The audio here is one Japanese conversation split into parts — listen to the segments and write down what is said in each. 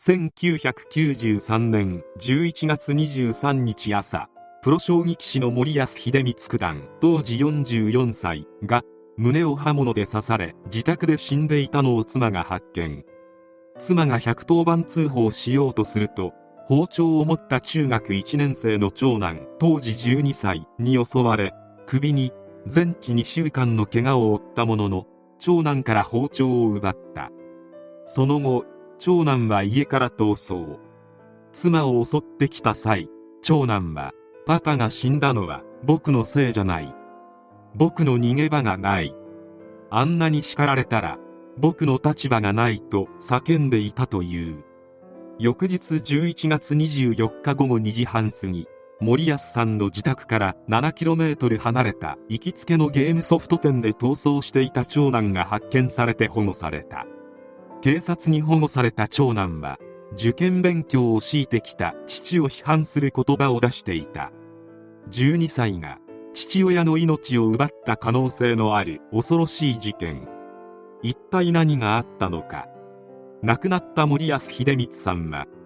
1993年11月23日朝、プロ将棋棋士の森保秀光九段当時44歳が胸を刃物で刺され自宅で死んでいたのを妻が発見。妻が110番通報しようとすると、包丁を持った中学1年生の長男当時12歳に襲われ、首に全治2週間の怪我を負ったものの、長男から包丁を奪った。その後、長男は家から逃走。妻を襲ってきた際、長男は、パパが死んだのは僕のせいじゃない。僕の逃げ場がない。あんなに叱られたら、僕の立場がないと叫んでいたという。翌日11月24日午後2時半過ぎ、森保さんの自宅から 7km 離れた行きつけのゲームソフト店で逃走していた長男が発見されて保護された。警察に保護された長男は、受験勉強を強いてきた父を批判する言葉を出していた。12歳が父親の命を奪った可能性のある恐ろしい事件。一体何があったのか。亡くなった森保秀光さんは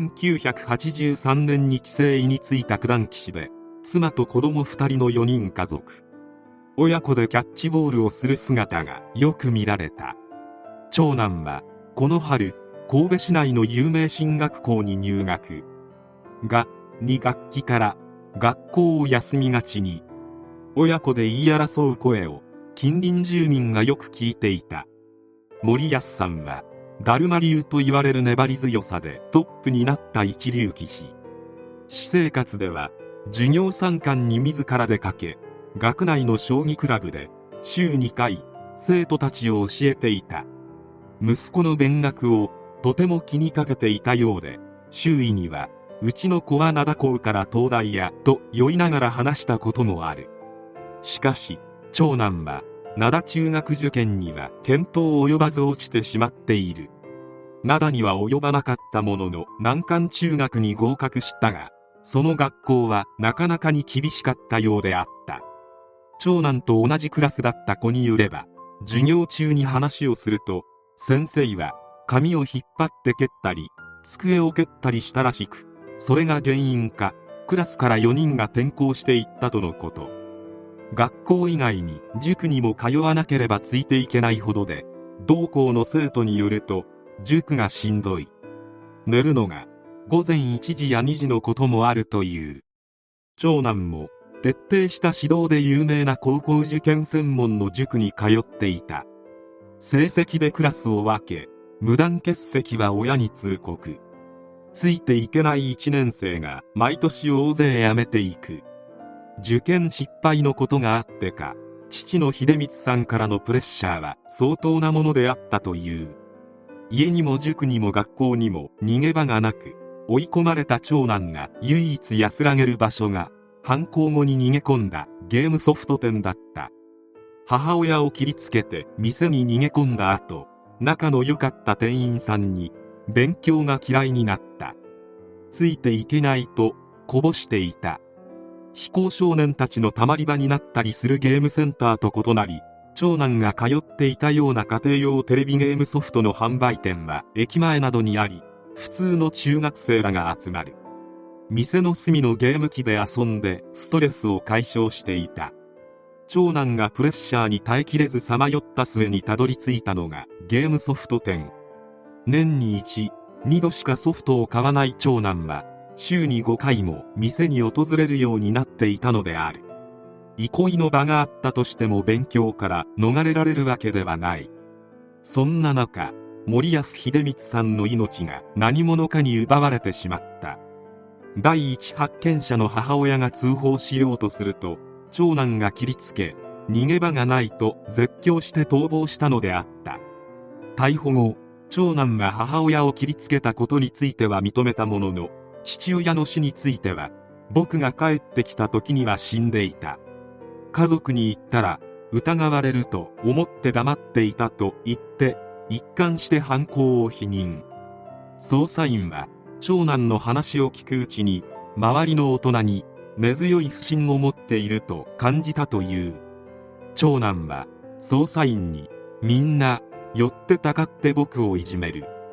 1983年に棋聖に就いた九段棋士で、妻と子供2人の4人家族。親子でキャッチボールをする姿がよく見られた。長男はこの春、神戸市内の有名進学校に入学が2学期から学校を休みがちに、親子で言い争う声を近隣住民がよく聞いていた。森保さんはだるま流と言われる粘り強さでトップになった一流棋士。私生活では授業参観に自ら出かけ、学内の将棋クラブで週2回生徒たちを教えていた。息子の勉学をとても気にかけていたようで、周囲にはうちの子は灘高から東大やと酔いながら話したこともある。しかし長男は灘中学受験には見当及ばず落ちてしまっている。灘には及ばなかったものの難関中学に合格したが、その学校はなかなかに厳しかったようであった。長男と同じクラスだった子によれば、授業中に話をすると、先生は髪を引っ張って蹴ったり机を蹴ったりしたらしく、それが原因かクラスから4人が転校していったとのこと。学校以外に塾にも通わなければついていけないほどで、同校の生徒によると塾がしんどい、寝るのが午前1時や2時のこともあるという。長男も徹底した指導で有名な高校受験専門の塾に通っていた。成績でクラスを分け、無断欠席は親に通告。ついていけない1年生が毎年大勢辞めていく。受験失敗のことがあってか、父の秀光さんからのプレッシャーは相当なものであったという。家にも塾にも学校にも逃げ場がなく、追い込まれた長男が唯一安らげる場所が、犯行後に逃げ込んだゲームソフト店だった。母親を切りつけて店に逃げ込んだ後、仲の良かった店員さんに勉強が嫌いになった、ついていけないとこぼしていた。非行少年たちのたまり場になったりするゲームセンターと異なり、長男が通っていたような家庭用テレビゲームソフトの販売店は駅前などにあり、普通の中学生らが集まる。店の隅のゲーム機で遊んでストレスを解消していた。長男がプレッシャーに耐えきれずさまよった末にたどり着いたのがゲームソフト店。年に1、2度しかソフトを買わない長男は、週に5回も店に訪れるようになっていたのである。憩いの場があったとしても勉強から逃れられるわけではない。そんな中、森保秀光さんの命が何者かに奪われてしまった。第一発見者の母親が通報しようとすると、長男が切りつけ、逃げ場がないと絶叫して逃亡したのであった。逮捕後、長男は母親を切りつけたことについては認めたものの、父親の死については、僕が帰ってきた時には死んでいた。家族に言ったら疑われると思って黙っていたと言って、一貫して犯行を否認。捜査員は長男の話を聞くうちに、周りの大人に根強い不信を持っていると感じたという。長男は捜査員に、みんな寄ってたかって僕をいじめる、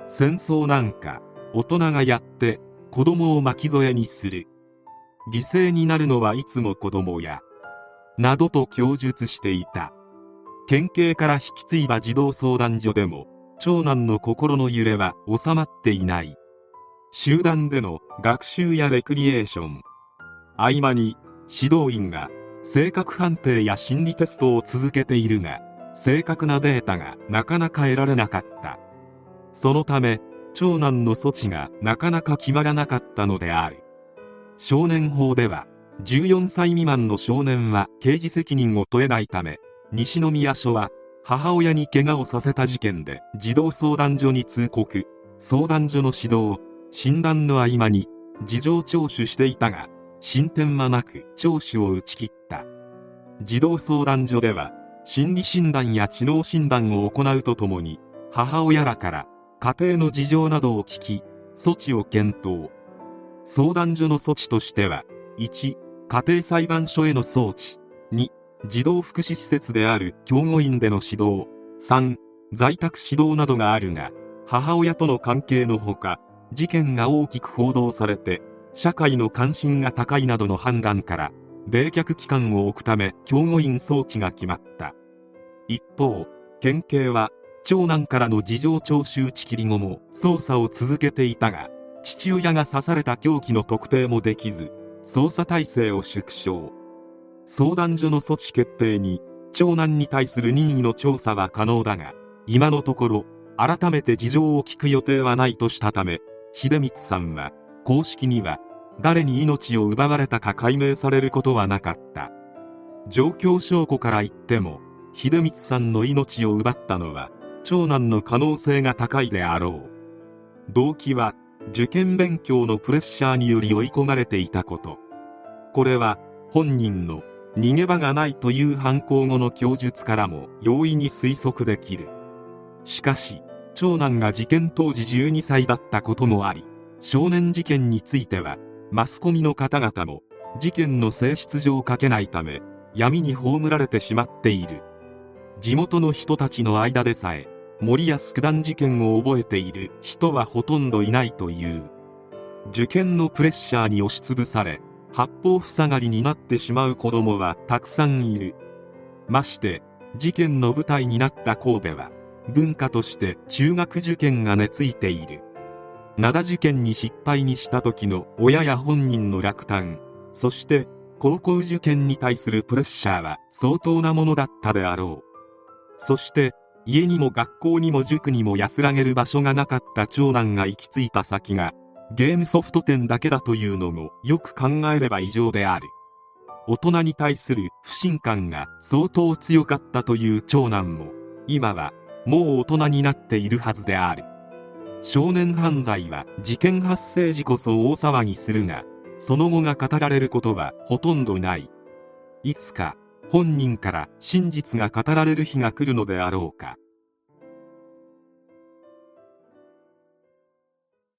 戦争なんか大人がやって子供を巻き添えにする。犠牲になるのはいつも子供やなどと供述していた。県警から引き継いだ児童相談所でも長男の心の揺れは収まっていない。集団での学習やレクリエーション合間に指導員が性格判定や心理テストを続けているが、正確なデータがなかなか得られなかった。そのため長男の措置がなかなか決まらなかったのである。少年法では14歳未満の少年は刑事責任を問えないため、西宮署は母親に怪我をさせた事件で児童相談所に通告。相談所の指導診断の合間に事情聴取していたが進展はなく聴取を打ち切った。児童相談所では心理診断や知能診断を行うとともに、母親らから家庭の事情などを聞き措置を検討。相談所の措置としては、1、家庭裁判所への送致、2、児童福祉施設である教護院での指導、3、在宅指導などがあるが、母親との関係のほか事件が大きく報道されて社会の関心が高いなどの判断から冷却期間を置くため教護院送致が決まった。一方、県警は長男からの事情聴取打ち切り後も捜査を続けていたが、父親が刺された凶器の特定もできず捜査体制を縮小。相談所の措置決定に長男に対する任意の調査は可能だが、今のところ改めて事情を聞く予定はないとしたため、秀光さんは公式には誰に命を奪われたか解明されることはなかった。状況証拠から言っても秀光さんの命を奪ったのは長男の可能性が高いであろう。動機は受験勉強のプレッシャーにより追い込まれていたこと。これは本人の逃げ場がないという犯行後の供述からも容易に推測できる。しかし長男が事件当時12歳だったこともあり、少年事件についてはマスコミの方々も事件の性質上書けないため闇に葬られてしまっている。地元の人たちの間でさえ森安九段事件を覚えている人はほとんどいないという。受験のプレッシャーに押しつぶされ八方塞がりになってしまう子供はたくさんいる。まして事件の舞台になった神戸は文化として中学受験が根付いている。灘受験に失敗にした時の親や本人の落胆、そして高校受験に対するプレッシャーは相当なものだったであろう。そして家にも学校にも塾にも安らげる場所がなかった長男が行き着いた先がゲームソフト店だけだというのもよく考えれば異常である。大人に対する不信感が相当強かったという長男も今はもう大人になっているはずである。少年犯罪は事件発生時こそ大騒ぎするが、その後が語られることはほとんどない。いつか本人から真実が語られる日が来るのであろうか。